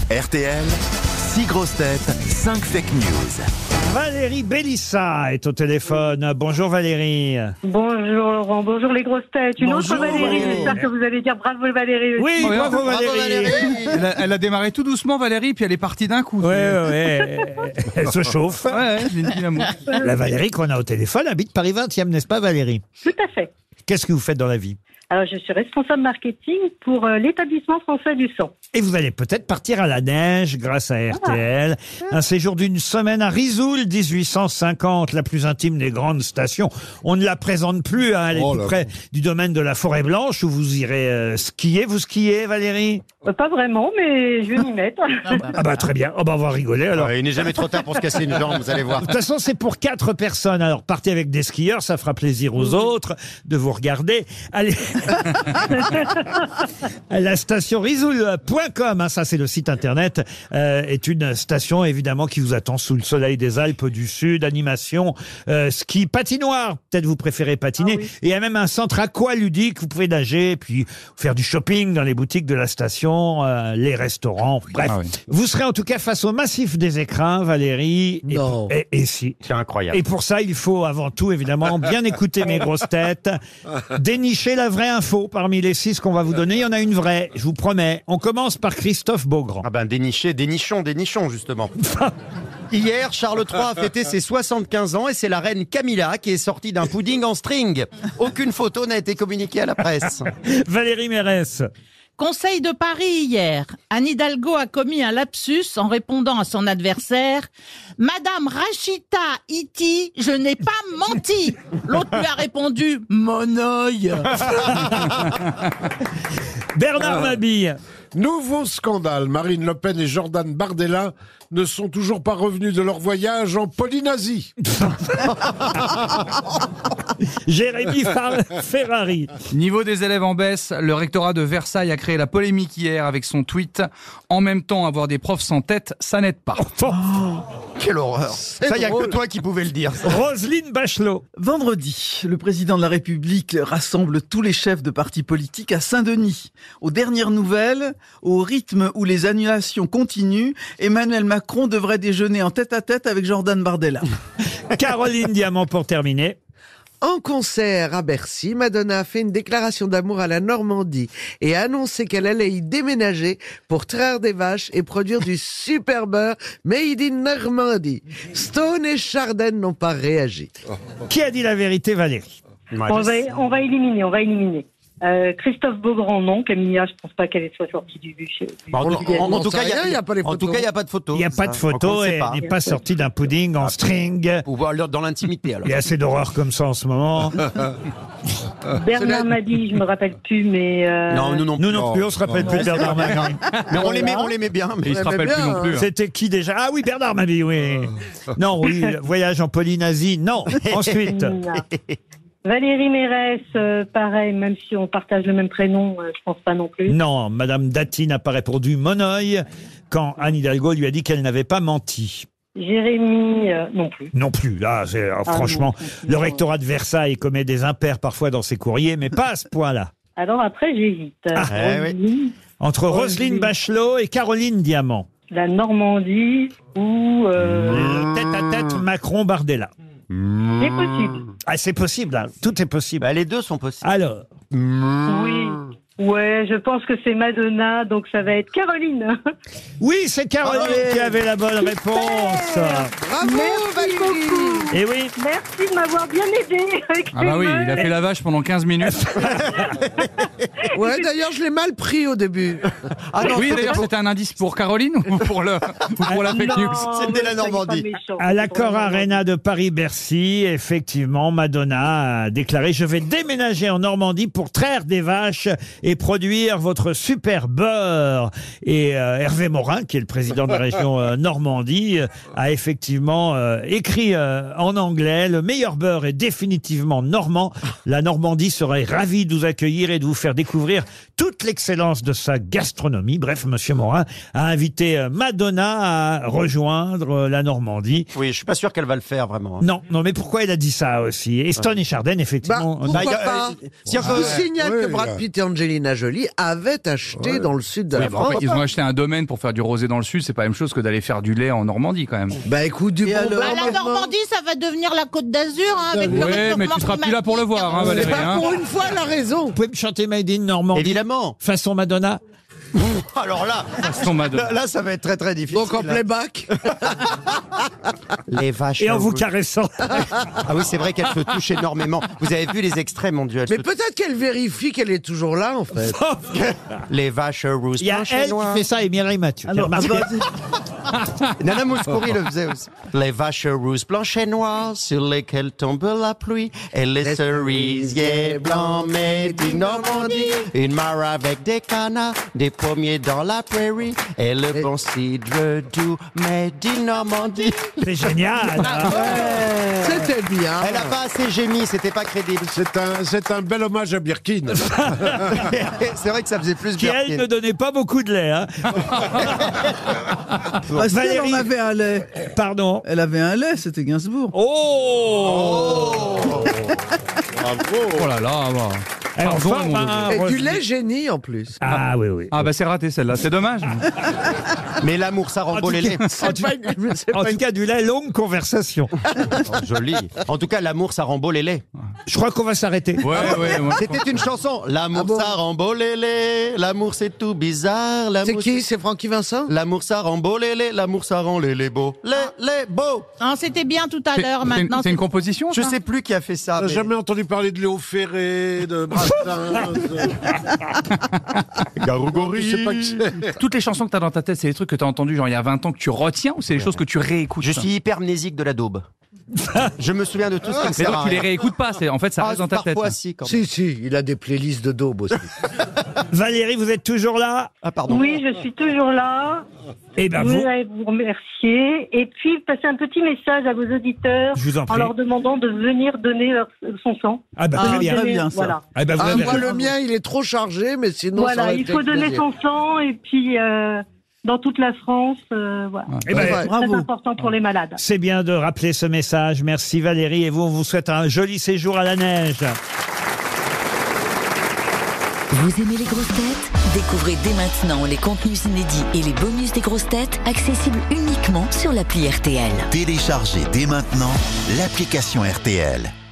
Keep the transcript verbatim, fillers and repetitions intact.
R T L, six grosses têtes, cinq fake news. Valérie Bélissa est au téléphone. Bonjour Valérie. Bonjour Laurent, bonjour les grosses têtes. Une Bonjour, autre Valérie, Valérie. j'espère que vous allez dire bravo Valérie. Oui, aussi. bravo Valérie. Elle a, elle a démarré tout doucement, Valérie, puis elle est partie d'un coup. Ouais, ouais, ouais. Elle se chauffe. Ouais, ouais, j'ai une fille d'amour. La Valérie qu'on a au téléphone habite Paris vingtième, n'est-ce pas Valérie? Tout à fait. Qu'est-ce que vous faites dans la vie? Alors je suis responsable marketing pour euh, l'établissement français du sang. Et vous allez peut-être partir à la neige grâce à R T L. Un séjour d'une semaine à Risoul, dix-huit cent cinquante, la plus intime des grandes stations. On ne la présente plus, hein, elle est Oh tout là près du domaine de la Forêt Blanche où vous irez euh, skier. Vous skiez Valérie? Euh, pas vraiment, mais je vais m'y mettre. Ah bah très bien, oh bah on va rigoler alors. Il n'est jamais trop tard pour se casser une jambe, vous allez voir. De toute façon, c'est pour quatre personnes. Alors, partez avec des skieurs, ça fera plaisir aux autres de vous regarder. Allez. La station risoul point com, hein, ça c'est le site internet, euh, est une station évidemment qui vous attend sous le soleil des Alpes du Sud. Animation, euh, ski, patinoire, peut-être vous préférez patiner. Ah oui. Et il y a même un centre aqualudique, vous pouvez nager, puis faire du shopping dans les boutiques de la station, euh, les restaurants, bref. Ah oui. Vous serez en tout cas face au massif des écrins, Valérie. Et- Non. Et, et si. C'est incroyable. Et pour ça, il faut avant tout, évidemment, bien écouter mes grosses têtes, dénicher la vraie info parmi les six qu'on va vous donner. Il y en a une vraie, je vous promets. On commence par Christophe Beaugrand. Ah ben dénicher, dénichons, dénichons justement. Hier, Charles trois a fêté ses soixante-quinze ans et c'est la reine Camilla qui est sortie d'un pudding en string. Aucune photo n'a été communiquée à la presse. Valérie Mérès. Conseil de Paris hier. Anne Hidalgo a commis un lapsus en répondant à son adversaire. Madame Rachita Iti, je n'ai pas menti. L'autre lui a répondu, mon œil. Bernard Mabille. Nouveau scandale. Marine Le Pen et Jordan Bardella ne sont toujours pas revenus de leur voyage en Polynésie. Jérémy Far- Ferrari. Niveau des élèves en baisse, le rectorat de Versailles a créé la polémique hier avec son tweet. En même temps, avoir des profs sans tête, ça n'aide pas. Quelle horreur. Ça, il n'y a que toi qui pouvais le dire. Roselyne Bachelot. Vendredi, le président de la République rassemble tous les chefs de partis politiques à Saint-Denis. Aux dernières nouvelles, au rythme où les annulations continuent, Emmanuel Macron devrait déjeuner en tête-à-tête avec Jordan Bardella. Caroline Diamant pour terminer. En concert à Bercy, Madonna a fait une déclaration d'amour à la Normandie et a annoncé qu'elle allait y déménager pour traire des vaches et produire du super beurre made in Normandie. Stone et Chardin n'ont pas réagi. Qui a dit la vérité, Valérie? On va, on va éliminer, on va éliminer. Euh, Christophe Beaugrand, non. Camilla, je pense pas qu'elle soit sortie du bus. En, en- en- en tout cas, il il n'y a pas les en tout photos. cas, il n'y a pas de photo. Il n'y a pas de Ça, photo on ne et sait elle pas. n'est pas sortie d'un pudding en string. Ou voir dans l'intimité alors. Il y a assez d'horreur comme ça en ce moment. Bernard Mabille, je me rappelle plus, mais... Euh... Non, nous non plus. Nous non plus, on se rappelle plus de Bernard Mabille. Mais on l'aimait, on l'aimait bien. Mais Il se aimait rappelle plus bien, non plus. hein. C'était qui déjà? Ah oui, Bernard Mabille, oui. Non, oui, voyage en Polynésie, non. Ensuite, Valérie Mérès, euh, pareil, même si on partage le même prénom, euh, je pense pas non plus. non, Madame Dati n'a pas répondu Monoï quand Anne Hidalgo lui a dit qu'elle n'avait pas menti. Jérémy, euh, non plus. Non plus, là, c'est, alors, Ah franchement, non, le non. rectorat de Versailles commet des impairs parfois dans ses courriers, mais pas à ce point-là. Alors après, j'hésite. Ah, eh Roselyne, Entre Roselyne. Roselyne Bachelot et Caroline Diamant. la Normandie ou... Euh... Tête à tête, Macron-Bardella. C'est possible. Ah, c'est possible, hein. Tout est possible. Bah, les deux sont possibles. Alors, Oui. Ouais, je pense que c'est Madonna, donc ça va être Caroline. oui, c'est Caroline Allez. qui avait la bonne réponse. Bravo Merci Valérie. beaucoup. Et oui, Merci de m'avoir bien aidé avec Ah tes bah oui, mains. il a fait la vache pendant quinze minutes. Ouais, d'ailleurs, je l'ai mal pris au début. Ah non, Oui, c'était d'ailleurs, pour- c'était un indice pour Caroline ou pour, le, ou pour la fake Non, news? C'était la mais soyez Normandie. pas méchants. à l'Accor Vraiment. Arena de Paris-Bercy, effectivement, Madonna a déclaré « Je vais déménager en Normandie pour traire des vaches et produire votre super beurre ». Et euh, Hervé Morin, qui est le président de la région euh, Normandie, euh, a effectivement euh, écrit euh, en anglais « Le meilleur beurre est définitivement normand. La Normandie serait ravie de vous accueillir et de vous faire découvrir toute l'excellence de sa gastronomie ». Bref, Monsieur Morin a invité euh, Madonna à rejoindre euh, la Normandie. Oui, je suis pas sûr qu'elle va le faire vraiment. Non, non, mais pourquoi il a dit ça aussi? Et Stone et Chardin, Bah, effectivement. pourquoi Bah, y a- pas euh, si Je encore- vous signale oui, que Brad euh. Pitt et Angelina Angelina Jolie avait acheté Ouais. dans le sud de Oui, la bah, en France. fait, ils ont acheté un domaine pour faire du rosé dans le sud, c'est pas la même chose que d'aller faire du lait en Normandie quand même. Bah écoute, du Et bon alors beurre, Bah, la maintenant. Normandie, ça va devenir la Côte d'Azur, hein, avec le Ouais, mais réchauffement tu seras plus là pour le climatique. voir, hein, Valérie. Bah, hein. pour une fois, elle a raison. Vous pouvez me chanter Made in Normandie Évidemment. façon Madonna? Alors là, Son Madonna. là, là, ça va être très très difficile. Donc en là. playback. Les vaches. Et en vous rouges. caressant. Ah oui, c'est vrai qu'elle se touche énormément. Vous avez vu les extraits, mon Dieu. elle Mais se- peut-être qu'elle vérifie qu'elle est toujours là, en fait. Les vaches rousses. Il y a blanches et elle qui noires. fait ça et Mireille Mathieu. Alors, J'ai remarqué. ah bah, Nana Mouskouri le faisait aussi. Les vaches rousses, blanches et noires, sur lesquelles tombe la pluie, et les cerisiers blancs made in Normandie. Une mare avec des canards, des pommiers dans la prairie, et le bon cidre doux made in Normandie. C'est génial. hein. C'était bien. Elle a pas assez gémi, c'était pas crédible. C'est un, c'est un bel hommage à Birkin. C'est vrai que ça faisait plus Qui, elle, Birkin. ne donnait pas beaucoup de lait. Hein. bah, si elle Valérie. en avait un lait. Pardon. Elle avait un lait, c'était Gainsbourg. Oh, Oh là là, bah. Elle en Pardon, forme, mon hein, Et du Roselyne. lait génie, en plus. Ah oui, oui. Ah bah c'est raté celle-là, c'est dommage. Mais l'amour, ça rend beau les laits. En tout, en tout cas, du lait, longue conversation. Oh, joli. En tout cas, l'amour, ça rend beau les laits. Je crois qu'on va s'arrêter. Ouais, ouais, moi, je C'était une chanson. L'amour, Ah bon ça rend beau les laits. L'amour, c'est tout bizarre. C'est L'amour, qui? C'est Francky Vincent? L'amour, ça rend beau les laits. L'amour, ça rend les laits beaux. Les, les beaux. Non, c'était bien tout à C'est- l'heure, c'est une- maintenant. C'est une composition Je ça sais plus qui a fait ça. T'as mais- jamais entendu parler de Léo Ferré, de Brassens, de... Je sais pas qui c'est. Toutes les chansons que t'as dans ta tête, c'est des trucs que t'as entendus genre il y a vingt ans que tu retiens ou c'est des choses que tu réécoutes? Je suis hyper amnésique de la daube. Je me souviens de tout ce qui me Mais sert donc à tu les rien. réécoutes pas, c'est en fait ça Ah, reste dans ta tête. parfois, si, quand même. Si, si, il a des playlists de daube aussi. Valérie, vous êtes toujours là? Ah, pardon. Oui, je suis toujours là. Eh ben Je vous, voudrais vous remercier et puis passer un petit message à vos auditeurs je vous en en prie. leur demandant de venir donner leur, son sang. Ah bah très Ah, bien. très bien, ça. Voilà, Ah bah vous Ah, avez moi, raison. le mien, il est trop chargé, mais sinon, ça voilà aurait il été faut avec donner plaisir. son sang et puis euh, dans toute la France, euh, voilà. Eh ben, Ouais, C'est bravo. très important pour les malades. c'est bien de rappeler ce message. Merci Valérie. Et vous, on vous souhaite un joli séjour à la neige. Vous aimez les grosses têtes? Découvrez dès maintenant les contenus inédits et les bonus des grosses têtes accessibles uniquement sur l'appli R T L. Téléchargez dès maintenant l'application R T L.